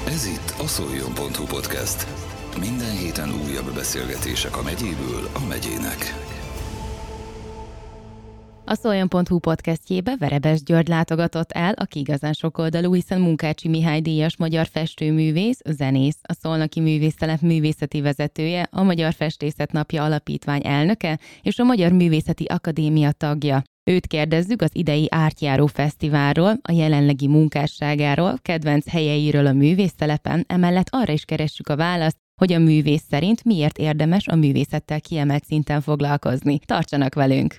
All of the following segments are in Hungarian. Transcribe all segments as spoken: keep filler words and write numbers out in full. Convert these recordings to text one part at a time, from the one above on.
Ez itt a Szoljon pont hu podcast. Minden héten újabb beszélgetések a megyéből a megyének. A Szoljon pont hu podcastjébe Verebes György látogatott el, aki igazán sokoldalú, hiszen Munkácsy Mihály díjas magyar festőművész, zenész, a Szolnoki Művésztelep művészeti vezetője, a Magyar Festészet Napja Alapítvány elnöke és a Magyar Művészeti Akadémia tagja. Őt kérdezzük az idei Ártjáró Fesztiválról, a jelenlegi munkásságáról, kedvenc helyeiről a művésztelepen, emellett arra is keressük a választ, hogy a művész szerint miért érdemes a művészettel kiemelt szinten foglalkozni. Tartsanak velünk!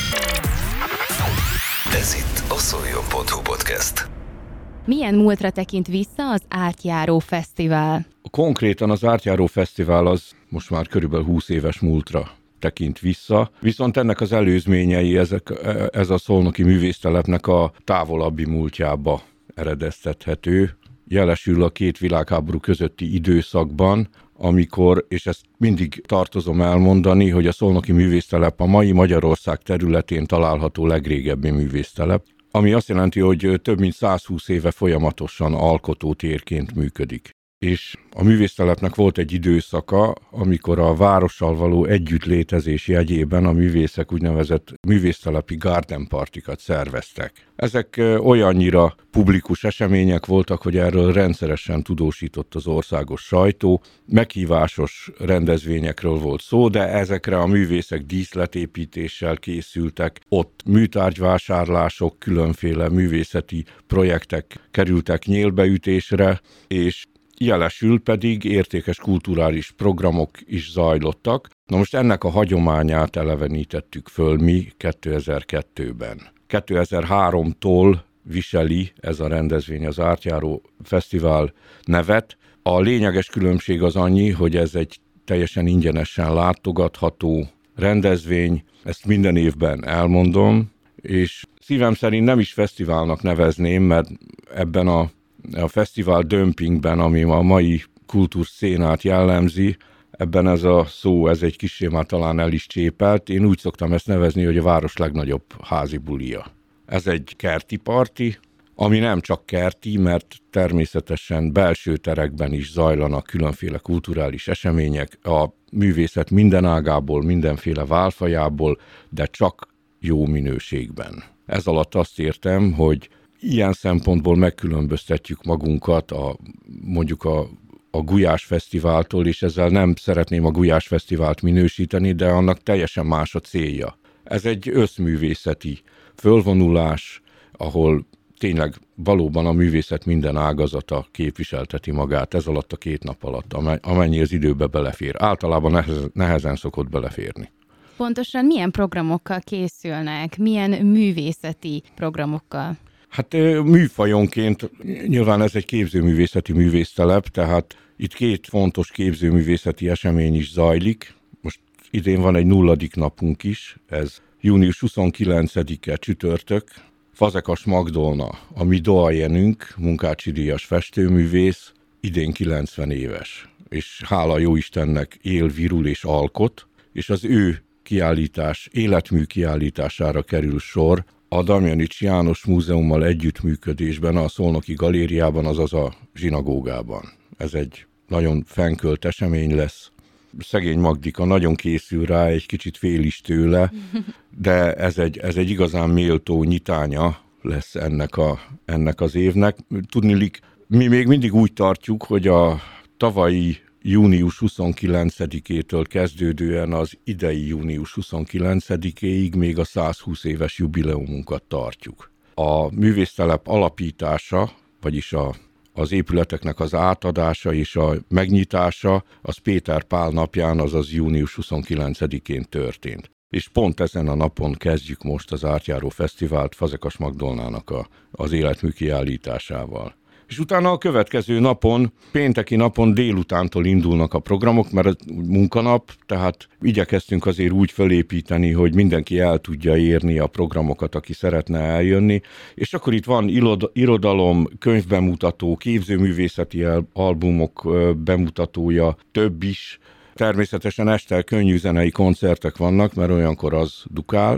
Ez itt a Szoljon pont hu podcast. Milyen múltra tekint vissza az Ártjáró Fesztivál? Konkrétan az Ártjáró Fesztivál az most már körülbelül húsz éves múltra tekint vissza, viszont ennek az előzményei, ezek, ez a szolnoki művésztelepnek a távolabbi múltjába eredeztethető. Jelesül a két világháború közötti időszakban, amikor, és ezt mindig tartozom elmondani, hogy a szolnoki művésztelep a mai Magyarország területén található legrégebbi művésztelep, ami azt jelenti, hogy több mint százhúsz éve folyamatosan alkotótérként működik. És a művésztelepnek volt egy időszaka, amikor a várossal való együttlétezés jegyében a művészek úgynevezett művésztelepi garden partikat szerveztek. Ezek olyannyira publikus események voltak, hogy erről rendszeresen tudósított az országos sajtó. Meghívásos rendezvényekről volt szó, de ezekre a művészek díszletépítéssel készültek. Ott műtárgyvásárlások, különféle művészeti projektek kerültek nyélbeütésre, és jelesül pedig értékes kulturális programok is zajlottak. Na most ennek a hagyományát elevenítettük föl mi kétezer-kettőben. kétezer-háromtól viseli ez a rendezvény az Ártjáró Fesztivál nevet. A lényeges különbség az annyi, hogy ez egy teljesen ingyenesen látogatható rendezvény, ezt minden évben elmondom, és szívem szerint nem is fesztiválnak nevezném, mert ebben a A fesztivál dömpingben, ami a mai kultúrszcénát jellemzi, ebben ez a szó, ez egy kissé már talán el is csépelt. Én úgy szoktam ezt nevezni, hogy a város legnagyobb házi bulia. Ez egy kerti parti, ami nem csak kerti, mert természetesen belső terekben is zajlanak különféle kulturális események, a művészet minden ágából, mindenféle válfajából, de csak jó minőségben. Ez alatt azt értem, hogy ilyen szempontból megkülönböztetjük magunkat a, mondjuk a, a Gulyás Fesztiváltól, és ezzel nem szeretném a Gulyás Fesztivált minősíteni, de annak teljesen más a célja. Ez egy összművészeti fölvonulás, ahol tényleg valóban a művészet minden ágazata képviselteti magát ez alatt a két nap alatt, amennyi az időbe belefér. Általában nehezen, nehezen szokott beleférni. Pontosan milyen programokkal készülnek? Milyen művészeti programokkal? Hát műfajonként nyilván ez egy képzőművészeti művésztelep, tehát itt két fontos képzőművészeti esemény is zajlik. Most idén van egy nulladik napunk is, ez június huszonkilencedike csütörtök. Fazekas Magdolna, a mi doajenünk, Munkácsy díjas festőművész, idén kilencven éves, és hála Jóistennek él, virul és alkot, és az ő kiállítás, életmű kiállítására kerül sor a Damjanics János Múzeummal együttműködésben a Szolnoki Galériában, azaz a zsinagógában. Ez egy nagyon fenkölt esemény lesz. Szegény Magdika nagyon készül rá, egy kicsit fél is tőle, de ez egy, ez egy igazán méltó nyitánya lesz ennek, a, ennek az évnek. Tudniillik, mi még mindig úgy tartjuk, hogy a tavalyi június huszonkilencedikétől kezdődően az idei június huszonkilencedikéig még a százhúsz éves jubileumunkat tartjuk. A művésztelep alapítása, vagyis a, az épületeknek az átadása és a megnyitása, az Péter Pál napján, azaz június huszonkilencedikén történt. És pont ezen a napon kezdjük most az Ártjáró Fesztivált Fazekas Magdolnának a, az életmű kiállításával. És utána a következő napon, pénteki napon délutántól indulnak a programok, mert ez munkanap, tehát igyekeztünk azért úgy felépíteni, hogy mindenki el tudja érni a programokat, aki szeretne eljönni. És akkor itt van irodalom, könyvbemutató, képzőművészeti albumok bemutatója, több is. Természetesen este könnyű zenei koncertek vannak, mert olyankor az dukál.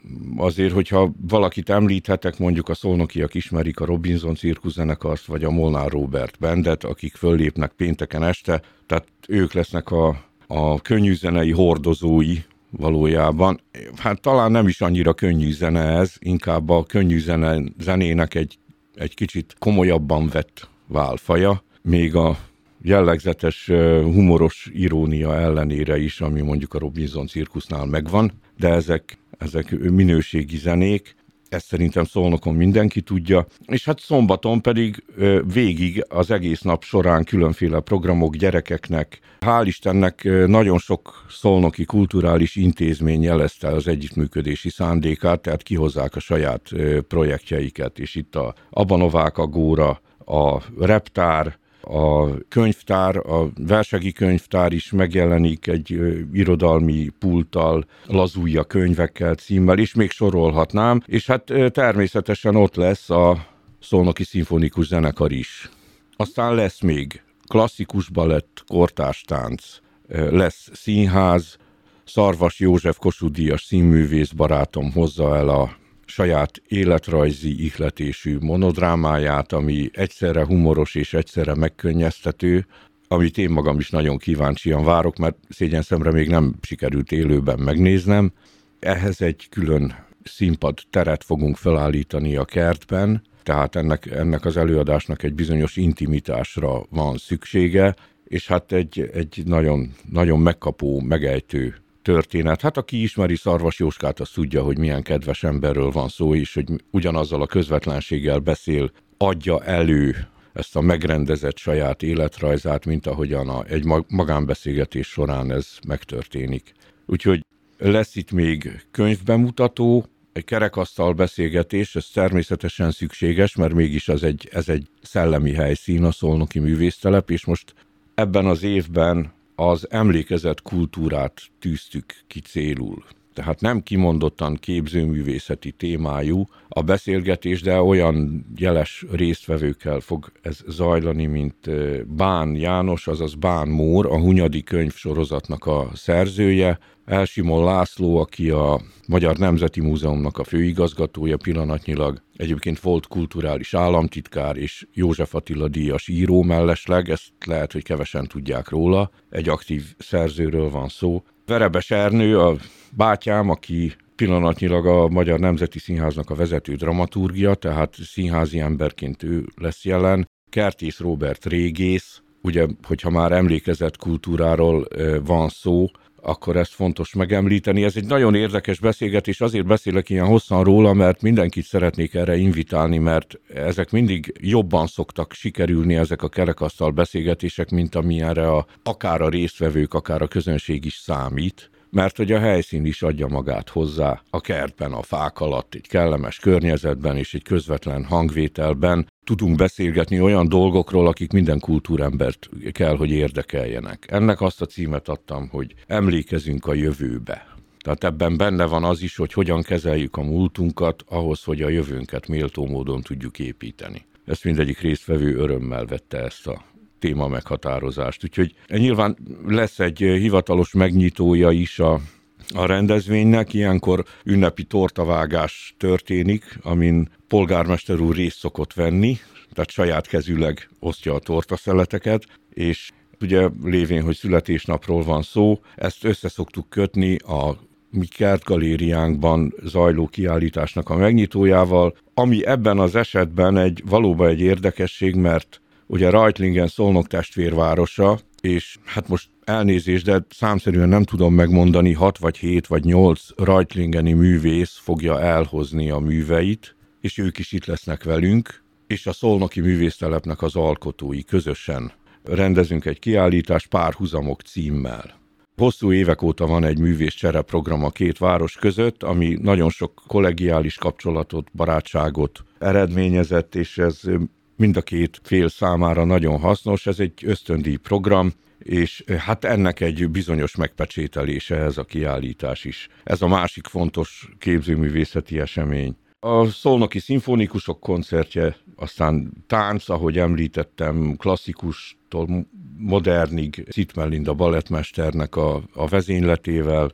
azért, hogyha valakit említhetek, mondjuk a szolnokiak ismerik a Robinson cirkuszzenekart, vagy a Molnár Róbert Bandet, akik föllépnek pénteken este, tehát ők lesznek a, a könnyűzenei hordozói valójában. Hát talán nem is annyira könnyű zene ez, inkább a könnyű zene, zenének egy, egy kicsit komolyabban vett válfaja, még a jellegzetes humoros irónia ellenére is, ami mondjuk a Robinson cirkusznál megvan, de ezek, ezek minőségi zenék, ezt szerintem Szolnokon mindenki tudja, és hát szombaton pedig végig az egész nap során különféle programok gyerekeknek. Hál' Istennek nagyon sok szolnoki kulturális intézmény jelezte az együttműködési szándékát, tehát kihozzák a saját projektjeiket, és itt a Abanovák Agóra, a Reptár, a könyvtár, a Versegi Könyvtár is megjelenik egy ö, irodalmi pulttal, lazulja könyvekkel, címmel, és még sorolhatnám, és hát ö, természetesen ott lesz a Szolnoki Szimfonikus Zenekar is. Aztán lesz még klasszikus balett, kortárs tánc, ö, lesz színház, Szarvas József Kossuth-díjas színművész barátom hozza el a saját életrajzi ihletésű monodrámáját, ami egyszerre humoros és egyszerre megkönnyeztető, amit én magam is nagyon kíváncsian várok, mert szégyen szemre még nem sikerült élőben megnéznem. Ehhez egy külön színpad teret fogunk felállítani a kertben, tehát ennek, ennek az előadásnak egy bizonyos intimitásra van szüksége, és hát egy, egy nagyon, nagyon megkapó, megejtő történet. Hát aki ismeri Szarvas Jóskát, az tudja, hogy milyen kedves emberről van szó, és hogy ugyanazzal a közvetlenséggel beszél, adja elő ezt a megrendezett saját életrajzát, mint ahogyan a, egy magánbeszélgetés során ez megtörténik. Úgyhogy lesz itt még könyvbemutató, egy kerekasztal beszélgetés, ez természetesen szükséges, mert mégis az egy, ez egy szellemi helyszín, a Szolnoki Művésztelep, és most ebben az évben az emlékezett kultúrát tűztük ki célul. Tehát nem kimondottan képzőművészeti témájú a beszélgetés, de olyan jeles résztvevőkkel fog ez zajlani, mint Bán János, azaz Bán Mór, a Hunyadi könyv sorozatnak a szerzője, Elsimon László, aki a Magyar Nemzeti Múzeumnak a főigazgatója pillanatnyilag, egyébként volt kulturális államtitkár és József Attila díjas író mellesleg, ezt lehet, hogy kevesen tudják róla, egy aktív szerzőről van szó. Verebes Ernő, a bátyám, aki pillanatnyilag a Magyar Nemzeti Színháznak a vezető dramaturgia, tehát színházi emberként ő lesz jelen. Kertész Róbert régész, ugye, hogyha már emlékezett kultúráról van szó, akkor ezt fontos megemlíteni. Ez egy nagyon érdekes beszélgetés, azért beszélek ilyen hosszan róla, mert mindenkit szeretnék erre invitálni, mert ezek mindig jobban szoktak sikerülni, ezek a kerekasztal beszélgetések, mint amilyenre a, akár a résztvevők, akár a közönség is számít, mert hogy a helyszín is adja magát hozzá, a kertben, a fák alatt, egy kellemes környezetben és egy közvetlen hangvételben tudunk beszélgetni olyan dolgokról, akik minden kultúrembert kell, hogy érdekeljenek. Ennek azt a címet adtam, hogy emlékezünk a jövőbe. Tehát ebben benne van az is, hogy hogyan kezeljük a múltunkat ahhoz, hogy a jövőnket méltó módon tudjuk építeni. Ezt mindegyik résztvevő örömmel vette ezt a téma meghatározást. Úgyhogy nyilván lesz egy hivatalos megnyitója is a, a rendezvénynek, ilyenkor ünnepi tortavágás történik, amin polgármester úr részt szokott venni, tehát saját kezűleg osztja a tortaszeleteket, és ugye lévén, hogy születésnapról van szó, ezt össze szoktuk kötni a mi kertgalériánkban zajló kiállításnak a megnyitójával, ami ebben az esetben egy valóban egy érdekesség, mert ugye Reutlingen Szolnok testvérvárosa, és hát most elnézést, de számszerűen nem tudom megmondani, hat vagy hét vagy nyolc reutlingeni művész fogja elhozni a műveit, és ők is itt lesznek velünk, és a Szolnoki Művésztelepnek az alkotói közösen rendezünk egy kiállítást Párhuzamok címmel. Hosszú évek óta van egy művészcsere program a két város között, ami nagyon sok kollegiális kapcsolatot, barátságot eredményezett, és ez mind a két fél számára nagyon hasznos. Ez egy ösztöndíj program, és hát ennek egy bizonyos megpecsételése ez a kiállítás is. Ez a másik fontos képzőművészeti esemény. A Szolnoki Szimfonikusok koncertje, aztán tánc, ahogy említettem, klasszikustól modernig Szit Melinda balettmesternek a, a vezényletével,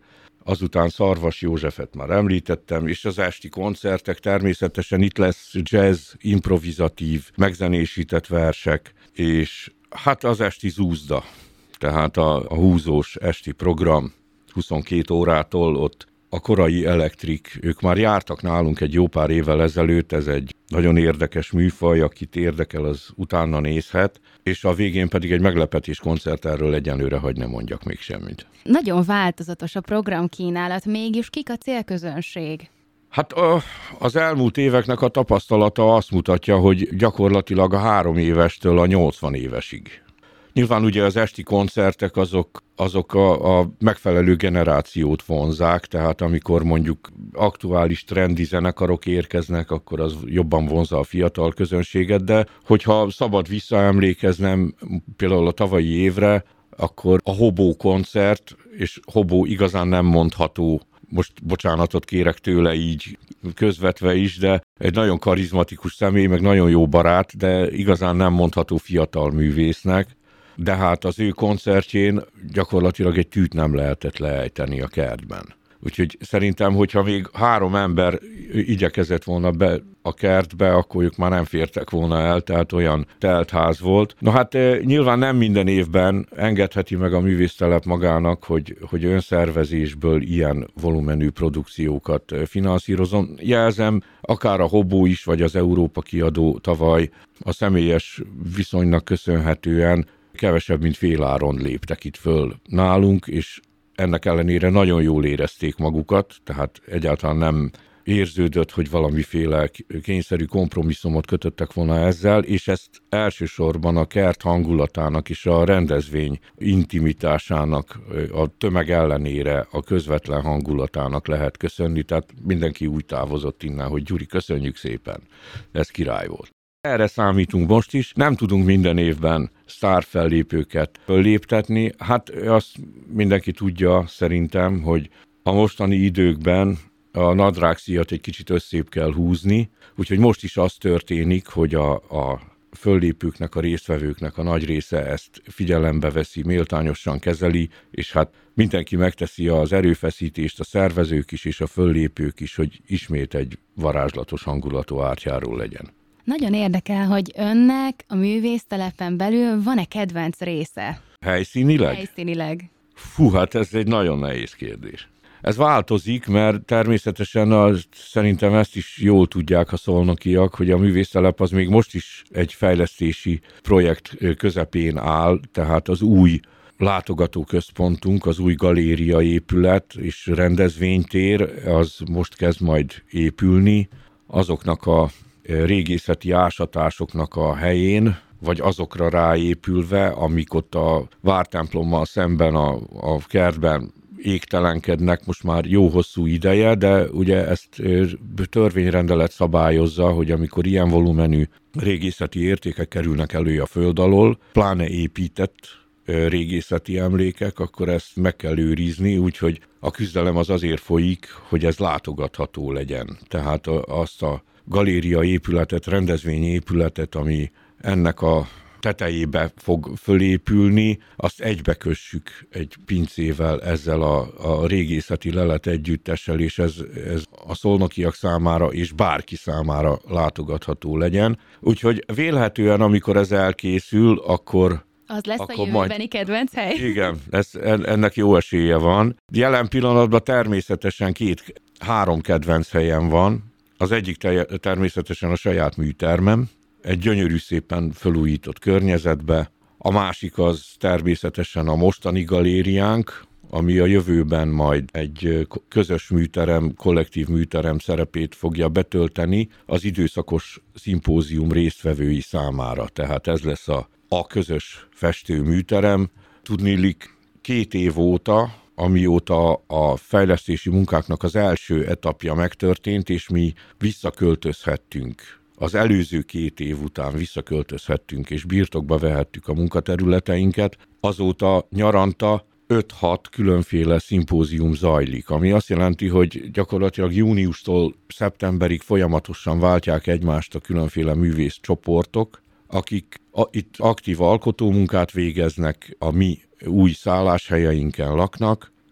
azután Szarvas Józsefet már említettem, és az esti koncertek, természetesen itt lesz jazz, improvizatív, megzenésített versek, és hát az esti zúzda, tehát a, a húzós esti program huszonkét órától ott a korai elektrik, ők már jártak nálunk egy jó pár évvel ezelőtt, ez egy nagyon érdekes műfaj, akit érdekel, az utána nézhet, és a végén pedig egy meglepetés koncert, erről egyenlőre hagy ne mondjak még semmit. Nagyon változatos a programkínálat, mégis kik a célközönség? Hát az elmúlt éveknek a tapasztalata azt mutatja, hogy gyakorlatilag a három évestől a nyolcvan évesig. Nyilván ugye az esti koncertek azok, azok a, a megfelelő generációt vonzák, tehát amikor mondjuk aktuális trendi zenekarok érkeznek, akkor az jobban vonzza a fiatal közönséget, de hogyha szabad visszaemlékeznem például a tavalyi évre, akkor a Hobó koncert, és Hobó igazán nem mondható, most bocsánatot kérek tőle így közvetve is, de egy nagyon karizmatikus személy, meg nagyon jó barát, de igazán nem mondható fiatal művésznek, de hát az ő koncertjén gyakorlatilag egy tűt nem lehetett leejteni a kertben. Úgyhogy szerintem, hogyha még három ember igyekezett volna be a kertbe, akkor ők már nem fértek volna el, tehát olyan teltház volt. Na hát nyilván nem minden évben engedheti meg a művésztelep magának, hogy, hogy önszervezésből ilyen volumenű produkciókat finanszírozom. Jelzem, akár a Hobó is, vagy az Európa kiadó tavaly a személyes viszonynak köszönhetően kevesebb, mint féláron léptek itt föl nálunk, és ennek ellenére nagyon jól érezték magukat, tehát egyáltalán nem érződött, hogy valamiféle kényszerű kompromisszumot kötöttek volna ezzel, és ezt elsősorban a kert hangulatának és a rendezvény intimitásának, a tömeg ellenére a közvetlen hangulatának lehet köszönni, tehát mindenki úgy távozott innen, hogy Gyuri, köszönjük szépen, ez király volt. Erre számítunk most is, nem tudunk minden évben sztárfellépőket fölléptetni, hát azt mindenki tudja szerintem, hogy a mostani időkben a nadrágszíjat egy kicsit összébb kell húzni, úgyhogy most is az történik, hogy a, a föllépőknek, a résztvevőknek a nagy része ezt figyelembe veszi, méltányosan kezeli, és hát mindenki megteszi az erőfeszítést, a szervezők is és a föllépők is, hogy ismét egy varázslatos hangulatú ártyáró legyen. Nagyon érdekel, hogy önnek a művésztelepen belül van-e kedvenc része? Helyszínileg? Helyszínileg. Fú, hát ez egy nagyon nehéz kérdés. Ez változik, mert természetesen az, szerintem ezt is jól tudják a szolnokiak, hogy a művésztelep az még most is egy fejlesztési projekt közepén áll, tehát az új látogatóközpontunk, az új galéria épület és rendezvénytér, az most kezd majd épülni. Azoknak a régészeti ásatásoknak a helyén, vagy azokra ráépülve, amik ott a vártemplommal szemben a, a kertben égtelenkednek most már jó hosszú ideje, de ugye ezt törvényrendelet szabályozza, hogy amikor ilyen volumenű régészeti értékek kerülnek elő a föld alól, pláne épített régészeti emlékek, akkor ezt meg kell őrizni, úgyhogy a küzdelem az azért folyik, hogy ez látogatható legyen. Tehát azt a galéria épületet, rendezvény épületet, ami ennek a tetejébe fog fölépülni, azt egybekössük egy pincével, ezzel a, a régészeti lelet együttessel, és ez, ez a szolnokiak számára és bárki számára látogatható legyen. Úgyhogy vélhetően, amikor ez elkészül, akkor az lesz akkor a jövőbeni majd... kedvenc hely? Igen, ez, ennek jó esélye van. Jelen pillanatban természetesen két, három kedvenc helyem van. Az egyik természetesen a saját műtermem, egy gyönyörű szépen felújított környezetbe. A másik az természetesen a mostani galériánk, ami a jövőben majd egy közös műterem, kollektív műterem szerepét fogja betölteni az időszakos szimpózium résztvevői számára. Tehát ez lesz a, a közös festőműterem. Tudniillik, két év óta, amióta a fejlesztési munkáknak az első etapja megtörtént, és mi visszaköltözhettünk. Az előző két év után visszaköltözhettünk, és birtokba vehettük a munkaterületeinket. Azóta nyaranta öt-hat különféle szimpózium zajlik, ami azt jelenti, hogy gyakorlatilag júniustól szeptemberig folyamatosan váltják egymást a különféle művészcsoportok, akik a, itt aktív alkotómunkát végeznek, a mi új szálláshelyeinken laknak,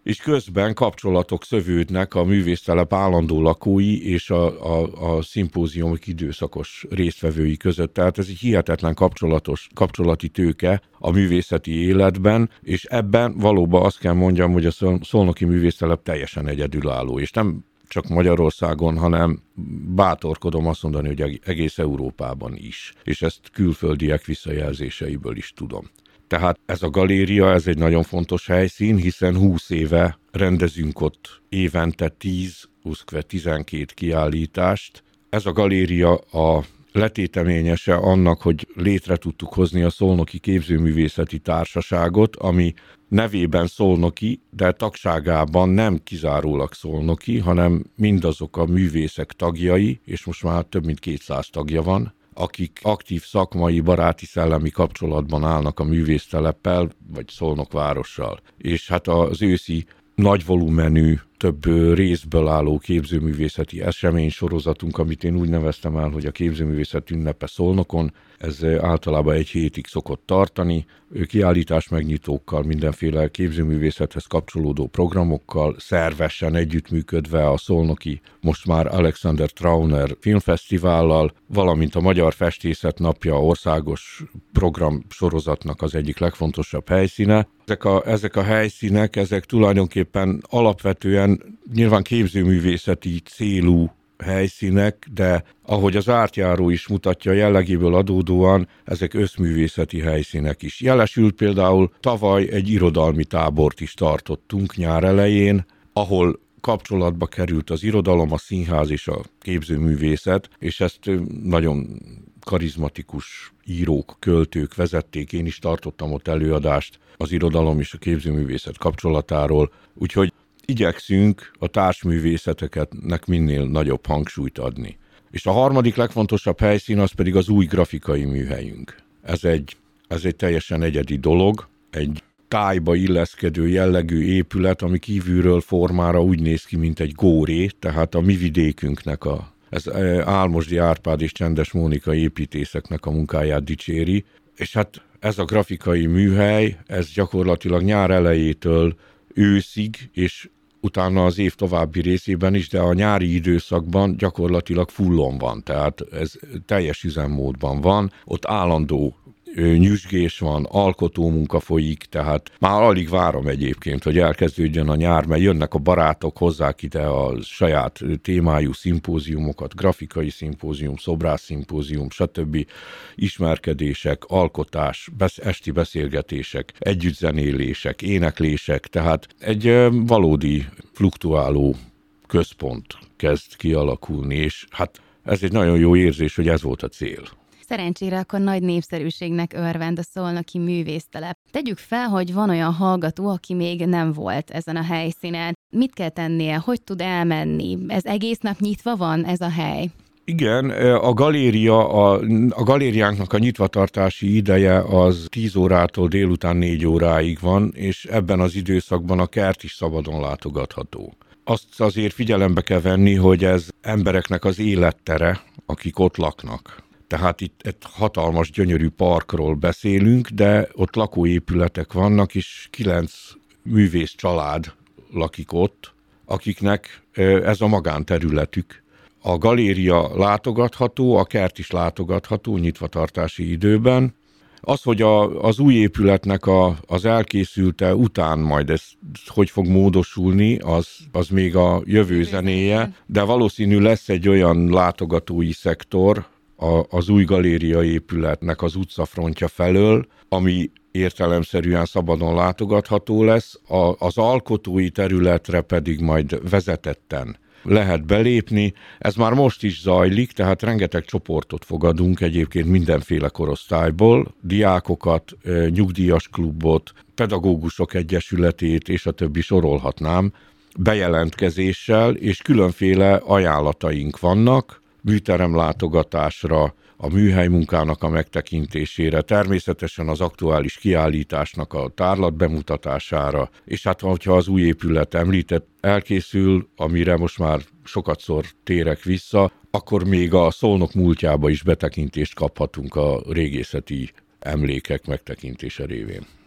és közben kapcsolatok szövődnek a művésztelep állandó lakói és a, a, a szimpóziumok időszakos résztvevői között. Tehát ez egy hihetetlen kapcsolatos, kapcsolati tőke a művészeti életben, és ebben valóban azt kell mondjam, hogy a szolnoki művésztelep teljesen egyedülálló, és nem csak Magyarországon, hanem bátorkodom azt mondani, hogy egész Európában is. És ezt külföldiek visszajelzéseiből is tudom. Tehát ez a galéria, ez egy nagyon fontos helyszín, hiszen húsz éve rendezünk ott évente tíz, tizenkét kiállítást. Ez a galéria a letéteményese annak, hogy létre tudtuk hozni a Szolnoki Képzőművészeti Társaságot, ami nevében szolnoki, de tagságában nem kizárólag szolnoki, hanem mindazok a művészek tagjai, és most már több mint kétszáz tagja van, akik aktív szakmai, baráti, szellemi kapcsolatban állnak a művészteleppel, vagy Szolnok várossal. És hát az őszi nagy volumenű, több részből álló képzőművészeti esemény sorozatunk, amit én úgy neveztem el, hogy a képzőművészet ünnepe Szolnokon, ez általában egy hétig szokott tartani, kiállítás megnyitókkal, mindenféle képzőművészethez kapcsolódó programokkal, szervesen együttműködve a szolnoki, most már Alexander Trauner filmfesztivállal, valamint a Magyar Festészet Napja országos program sorozatnak az egyik legfontosabb helyszíne. Ezek a, ezek a helyszínek, ezek tulajdonképpen alapvetően nyilván képzőművészeti célú helyszínek, de ahogy az ártjáró is mutatja, jellegéből adódóan ezek összművészeti helyszínek is. Jelesült például tavaly egy irodalmi tábort is tartottunk nyár elején, ahol kapcsolatba került az irodalom, a színház és a képzőművészet, és ezt nagyon karizmatikus írók, költők vezették. Én is tartottam ott előadást az irodalom és a képzőművészet kapcsolatáról, úgyhogy igyekszünk a társművészeteknek minél nagyobb hangsúlyt adni. És a harmadik legfontosabb helyszín az pedig az új grafikai műhelyünk. Ez egy, ez egy teljesen egyedi dolog, egy tájba illeszkedő jellegű épület, ami kívülről formára úgy néz ki, mint egy góré, tehát a mi vidékünknek a ez Álmosdi Árpád és Csendes Mónika építészeknek a munkáját dicséri, és hát ez a grafikai műhely, ez gyakorlatilag nyár elejétől őszig, és utána az év további részében is, de a nyári időszakban gyakorlatilag fullon van, tehát ez teljes üzemmódban van, ott állandó nyüzsgés van, alkotómunka folyik, tehát már alig várom egyébként, hogy elkezdődjön a nyár, mert jönnek a barátok, hozzák ide a saját témájú szimpóziumokat, grafikai szimpózium, szobrász szimpózium, stb. Ismerkedések, alkotás, besz- esti beszélgetések, együttzenélések, éneklések, tehát egy valódi fluktuáló központ kezd kialakulni, és hát ez egy nagyon jó érzés, hogy ez volt a cél. Szerencsére akkor nagy népszerűségnek örvend a szolnoki művésztelep. Tegyük fel, hogy van olyan hallgató, aki még nem volt ezen a helyszínen. Mit kell tennie? Hogy tud elmenni? Ez egész nap nyitva van ez a hely? Igen, a galéria, a, a galériánknak a nyitvatartási ideje az tíz órától délután négy óráig van, és ebben az időszakban a kert is szabadon látogatható. Azt azért figyelembe kell venni, hogy ez embereknek az élettere, akik ott laknak. Tehát itt egy hatalmas, gyönyörű parkról beszélünk, de ott lakóépületek vannak, és kilenc művész család lakik ott, akiknek ez a magánterületük. A galéria látogatható, a kert is látogatható nyitvatartási időben. Az, hogy a, az új épületnek a, az elkészülte után majd ez hogy fog módosulni, az, az még a jövő zenéje, de valószínű lesz egy olyan látogatói szektor a, az új galéria épületnek az utcafrontja felől, ami értelemszerűen szabadon látogatható lesz, a, az alkotói területre pedig majd vezetetten lehet belépni. Ez már most is zajlik, tehát rengeteg csoportot fogadunk egyébként mindenféle korosztályból, diákokat, nyugdíjas klubot, pedagógusok egyesületét és a többi sorolhatnám, bejelentkezéssel, és különféle ajánlataink vannak, műterem látogatásra, a műhely munkának a megtekintésére, természetesen az aktuális kiállításnak a tárlat bemutatására, és hát hogyha az új épület említett elkészül, amire most már sokatszor térek vissza, akkor még a Szolnok múltjába is betekintést kaphatunk a régészeti emlékek megtekintése révén.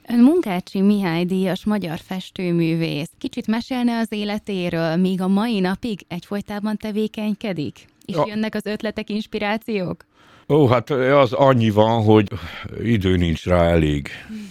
Ön Munkácsy Mihály díjas magyar festőművész. Kicsit mesélne az életéről, míg a mai napig egyfolytában tevékenykedik? És ja. jönnek az ötletek, inspirációk? Ó, hát az annyi van, hogy idő nincs rá elég.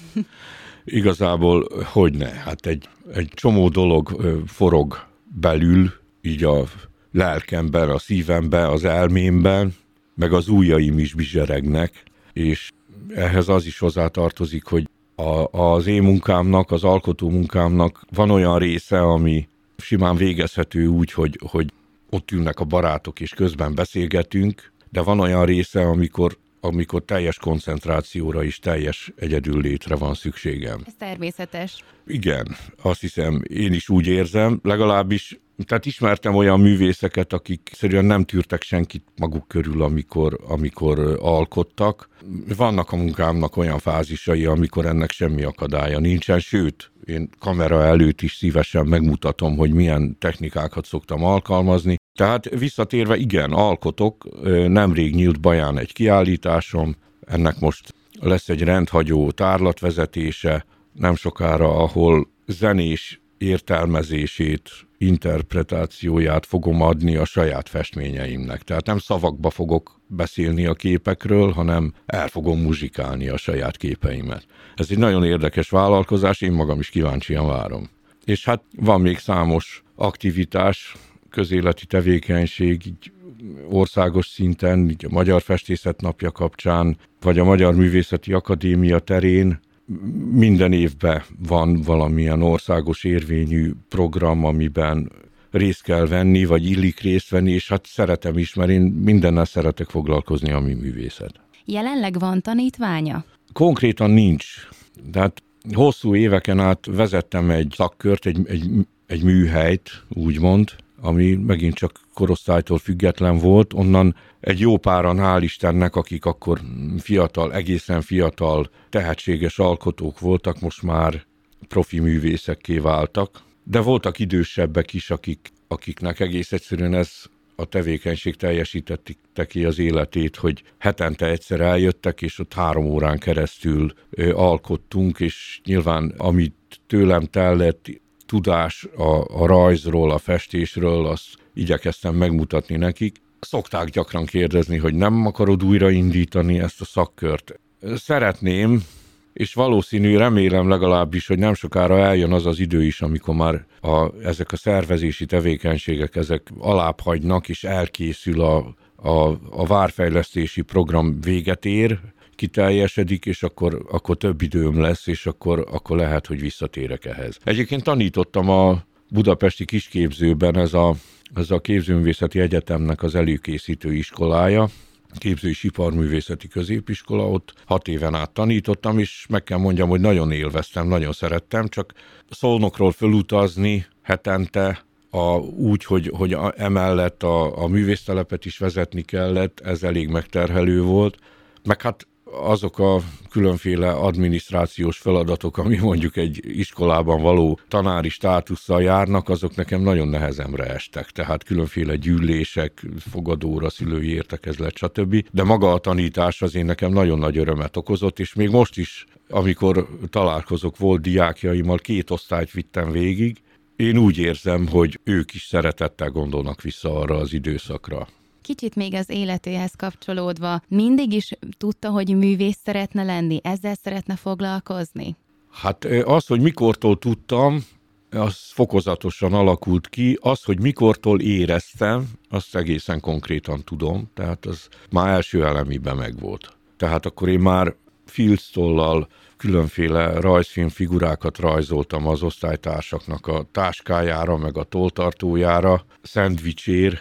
Igazából hogyne? Hát egy, egy csomó dolog forog belül, így a lelkemben, a szívemben, az elmémben, meg az ujjaim is bizseregnek, és ehhez az is hozzátartozik, hogy a, az én munkámnak, az alkotó munkámnak van olyan része, ami simán végezhető úgy, hogy, hogy ott ülnek a barátok, és közben beszélgetünk, de van olyan része, amikor, amikor teljes koncentrációra és teljes egyedüllétre van szükségem. Ez természetes. Igen, azt hiszem, én is úgy érzem, legalábbis, tehát ismertem olyan művészeket, akik szerűen nem tűrtek senkit maguk körül, amikor, amikor alkottak. Vannak a munkámnak olyan fázisai, amikor ennek semmi akadálya nincsen, sőt, én kamera előtt is szívesen megmutatom, hogy milyen technikákat szoktam alkalmazni. Tehát visszatérve, igen, alkotok, nemrég nyílt Baján egy kiállításom, ennek most lesz egy rendhagyó tárlatvezetése, nem sokára, ahol zenés értelmezését, interpretációját fogom adni a saját festményeimnek. Tehát nem szavakba fogok beszélni a képekről, hanem el fogom muzsikálni a saját képeimet. Ez egy nagyon érdekes vállalkozás, én magam is kíváncsian várom. És hát van még számos aktivitás, közéleti tevékenység, így országos szinten, így a Magyar Festészet Napja kapcsán, vagy a Magyar Művészeti Akadémia terén. Minden évben van valamilyen országos érvényű program, amiben részt kell venni, vagy illik részt venni, és hát szeretem is, mert én mindennel szeretek foglalkozni, ami művészet. Jelenleg van tanítványa? Konkrétan nincs. Tehát hosszú éveken át vezettem egy szakkört, egy, egy, egy műhelyt, úgymond, ami megint csak korosztálytól független volt. Onnan egy jó páran, hál' Istennek, akik akkor fiatal, egészen fiatal, tehetséges alkotók voltak, most már profi művészekké váltak. De voltak idősebbek is, akik, akiknek egész egyszerűen ez a tevékenység teljesítette ki az életét, hogy hetente egyszer eljöttek, és ott három órán keresztül ö, alkottunk, és nyilván amit tőlem tellett tudás a, a rajzról, a festésről, azt igyekeztem megmutatni nekik. Szokták gyakran kérdezni, hogy nem akarod újraindítani ezt a szakkört. Szeretném, és valószínű, remélem legalábbis, hogy nem sokára eljön az az idő is, amikor már a, ezek a szervezési tevékenységek ezek alább hagynak, és elkészül a, a, a várfejlesztési program véget ér, kiteljesedik, és akkor, akkor több időm lesz, és akkor, akkor lehet, hogy visszatérek ehhez. Egyébként tanítottam a budapesti kisképzőben, ez a, ez a Képzőművészeti Egyetemnek az előkészítő iskolája, Képző- és Iparművészeti Középiskola, ott hat éven át tanítottam, és meg kell mondjam, hogy nagyon élveztem, nagyon szerettem, csak Szolnokról fölutazni hetente, a, úgy, hogy, hogy a, emellett a, a művésztelepet is vezetni kellett, ez elég megterhelő volt, meg hát azok a különféle adminisztrációs feladatok, ami mondjuk egy iskolában való tanári státusszal járnak, azok nekem nagyon nehezemre estek. Tehát különféle gyűlések, fogadóra, szülői értekezlet, stb. De maga a tanítás azért nekem nagyon nagy örömet okozott, és még most is, amikor találkozok volt diákjaimmal, két osztályt vittem végig, én úgy érzem, hogy ők is szeretettel gondolnak vissza arra az időszakra. Kicsit még az életéhez kapcsolódva, mindig is tudta, hogy művész szeretne lenni, ezzel szeretne foglalkozni? Hát az, hogy mikortól tudtam, az fokozatosan alakult ki. Az, hogy mikortól éreztem, azt egészen konkrétan tudom, tehát az már első elemiben megvolt. Tehát akkor én már filctollal különféle rajzfilm figurákat rajzoltam az osztálytársaknak a táskájára, meg a tolltartójára, szendvicsér.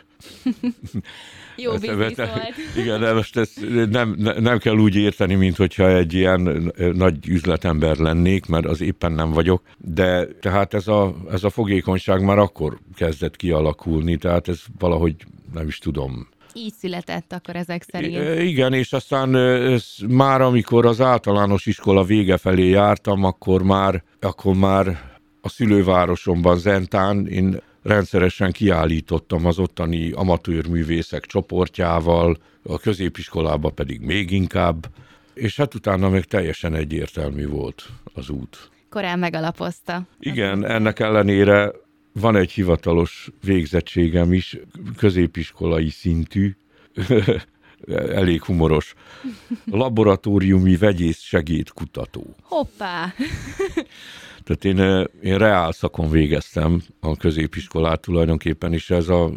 Jó biznisz volt. Igen, de most ezt nem, nem kell úgy érteni, mint hogyha egy ilyen nagy üzletember lennék, mert az éppen nem vagyok, de tehát ez a, ez a fogékonyság már akkor kezdett kialakulni, tehát ez valahogy nem is tudom. Így született akkor ezek szerint. Igen, és aztán már amikor az általános iskola vége felé jártam, akkor már, akkor már a szülővárosomban, Zentán, én rendszeresen kiállítottam az ottani amatőr művészek csoportjával, a középiskolában pedig még inkább. és hát utána még teljesen egyértelmű volt az út. Korán megalapozta. Igen, ennek ellenére van egy hivatalos végzettségem is, középiskolai szintű, elég humoros, laboratóriumi vegyész segédkutató. Hoppá! Tehát én, én reál szakon végeztem a középiskolát tulajdonképpen, és ez a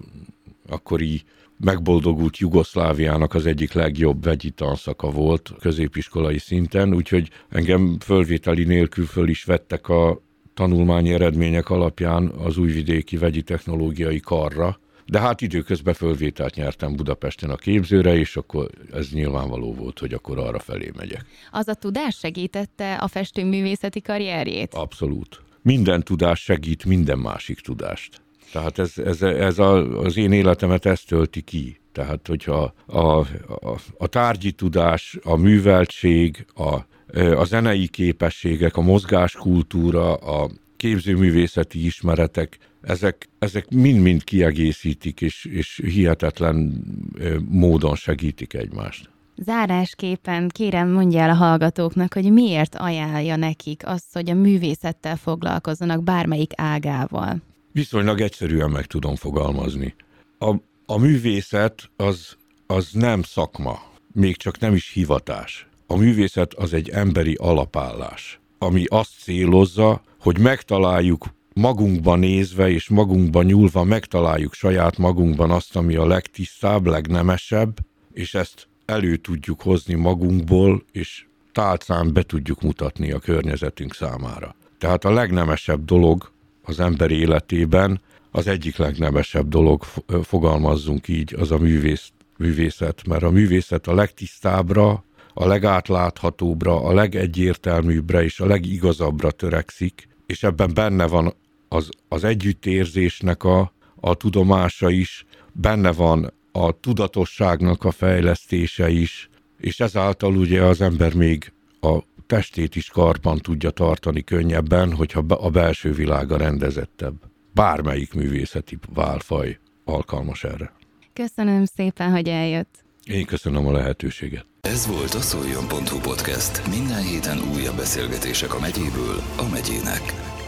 akkori megboldogult Jugoszláviának az egyik legjobb vegyi tanszaka volt középiskolai szinten, úgyhogy engem fölvételi nélkül föl is vettek a tanulmányi eredmények alapján az újvidéki vegyi technológiai karra, de hát időközben fölvételt nyertem Budapesten a képzőre, és akkor ez nyilvánvaló volt, hogy akkor arra felé megyek. Az a tudás segítette a festőművészeti karrierjét? Abszolút. Minden tudás segít minden másik tudást. Tehát ez, ez, ez a, az én életemet ezt tölti ki. Tehát, hogyha a, a, a tárgyi tudás, a műveltség, a, a zenei képességek, a mozgáskultúra, a képzőművészeti ismeretek, ezek, ezek mind-mind kiegészítik, és, és hihetetlen módon segítik egymást. Zárásképpen kérem, mondja el a hallgatóknak, hogy miért ajánlja nekik azt, hogy a művészettel foglalkozzanak bármelyik ágával. Viszonylag egyszerűen meg tudom fogalmazni. A, a művészet az, az nem szakma, még csak nem is hivatás. A művészet az egy emberi alapállás, ami azt célozza, hogy megtaláljuk magunkban nézve és magunkban nyúlva, megtaláljuk saját magunkban azt, ami a legtisztább, legnemesebb, és ezt elő tudjuk hozni magunkból, és tálcán be tudjuk mutatni a környezetünk számára. Tehát a legnemesebb dolog az ember életében, az egyik legnemesebb dolog, fogalmazzunk így, az a művész, művészet, mert a művészet a legtisztábbra, a legátláthatóbbra, a legegyértelműbbre és a legigazabbra törekszik, és ebben benne van az, az együttérzésnek a, a tudomása is, benne van a tudatosságnak a fejlesztése is, és ezáltal ugye az ember még a testét is karban tudja tartani könnyebben, hogyha a belső világa rendezettebb. Bármelyik művészeti válfaj alkalmas erre. Köszönöm szépen, hogy eljött. Én köszönöm a lehetőséget. Ez volt a szoljon pont hu podcast. Minden héten újabb beszélgetések a megyéből a megyének.